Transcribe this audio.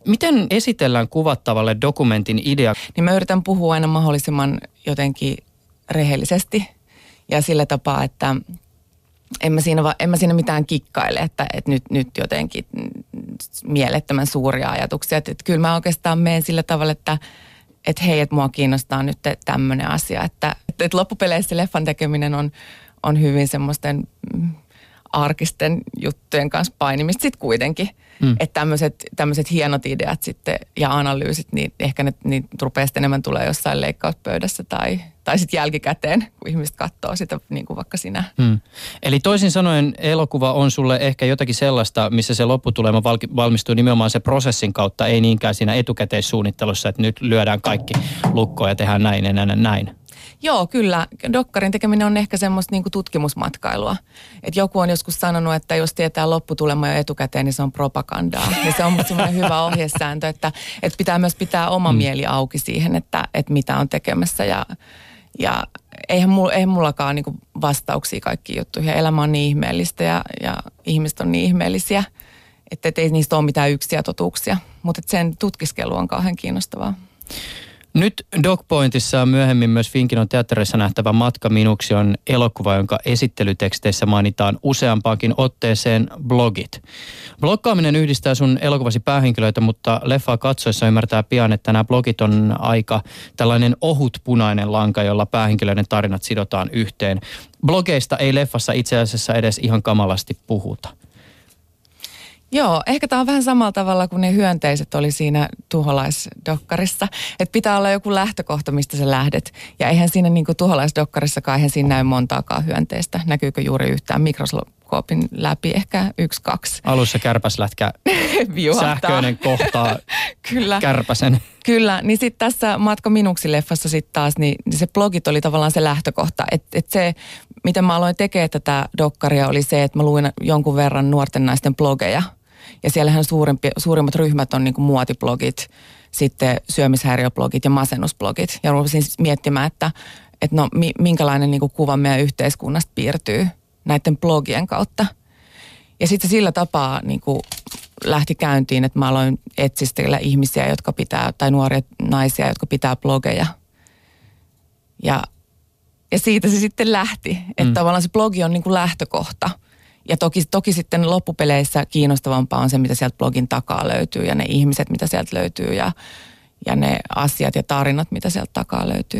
Miten esitellään kuvattavalle dokumentin idea? Niin mä yritän puhua aina mahdollisimman jotenkin rehellisesti ja sillä tapaa, että en mä siinä mitään kikkaile, että nyt jotenkin mielettömän suuria ajatuksia. Että kyllä mä oikeastaan menen sillä tavalla, että hei, että mua kiinnostaa nyt tämmöinen asia. Että loppupeleissä leffan tekeminen on hyvin semmoisten arkisten juttujen kanssa painimista sitten kuitenkin. Että tämmöiset hienot ideat sitten ja analyysit, niin ehkä niitä rupeaa sitten enemmän tulee jossain leikkauspöydässä tai sitten jälkikäteen, kun ihmiset katsoo sitä niin kuin vaikka sinä. Eli toisin sanoen elokuva on sulle ehkä jotakin sellaista, missä se lopputulema valmistuu nimenomaan se prosessin kautta, ei niinkään siinä etukäteissuunnittelussa, että nyt lyödään kaikki lukkoon ja tehdään näin. Joo, kyllä. Dokkarin tekeminen on ehkä semmoista niin kuin tutkimusmatkailua. Että joku on joskus sanonut, että jos tietää lopputulema jo etukäteen, niin se on propagandaa. Ja se on musta semmoinen hyvä ohjesääntö, että pitää myös pitää oma mieli auki siihen, että mitä on tekemässä. Ja eihän mullakaan niin kuin vastauksia kaikkiin juttuihin. Elämä on niin ihmeellistä ja ihmiset on niin ihmeellisiä, että ei niistä ole mitään yksiä totuuksia. Mutta sen tutkiskelu on kauhean kiinnostavaa. Nyt DocPointissa myöhemmin myös Finkinon teatterissa nähtävä Matka minuksi on elokuva, jonka esittelyteksteissä mainitaan useampaankin otteeseen blogit. Bloggaaminen yhdistää sun elokuvasi päähenkilöitä, mutta leffaa katsoessa ymmärtää pian, että nämä blogit on aika tällainen ohut punainen lanka, jolla päähenkilöiden tarinat sidotaan yhteen. Blogeista ei leffassa itse asiassa edes ihan kamalasti puhuta. Joo, ehkä tämä on vähän samalla tavalla kuin ne hyönteiset oli siinä tuholaisdokkarissa. Että pitää olla joku lähtökohta, mistä sä lähdet. Ja eihän siinä niin kuin tuholaisdokkarissakaan, eihän siinä näy montaakaan hyönteistä. Näkyykö juuri yhtään mikroskoopin läpi? Ehkä 1-2. Alussa kärpäslätkä sähköinen kohtaa Kyllä. kärpäsen. Kyllä, niin sitten tässä Matka minuksi-leffassa sitten taas, niin se blogit oli tavallaan se lähtökohta. Että se, miten mä aloin tekemään tätä dokkaria, oli se, että mä luin jonkun verran nuorten naisten blogeja. Ja siellähän suurimmat ryhmät on niin kuin muotiblogit, sitten syömishäiriöblogit ja masennusblogit. Ja rupesin miettimään, että no minkälainen niin kuin kuva meidän yhteiskunnasta piirtyy näiden blogien kautta. Ja sitten sillä tapaa niin kuin lähti käyntiin, että mä aloin etsistellä ihmisiä, jotka pitää, tai nuoria naisia, jotka pitää blogeja. Ja siitä se sitten lähti, että tavallaan se blogi on niin kuin lähtökohta. Ja toki sitten loppupeleissä kiinnostavampaa on se, mitä sieltä blogin takaa löytyy ja ne ihmiset, mitä sieltä löytyy ja ne asiat ja tarinat, mitä sieltä takaa löytyy.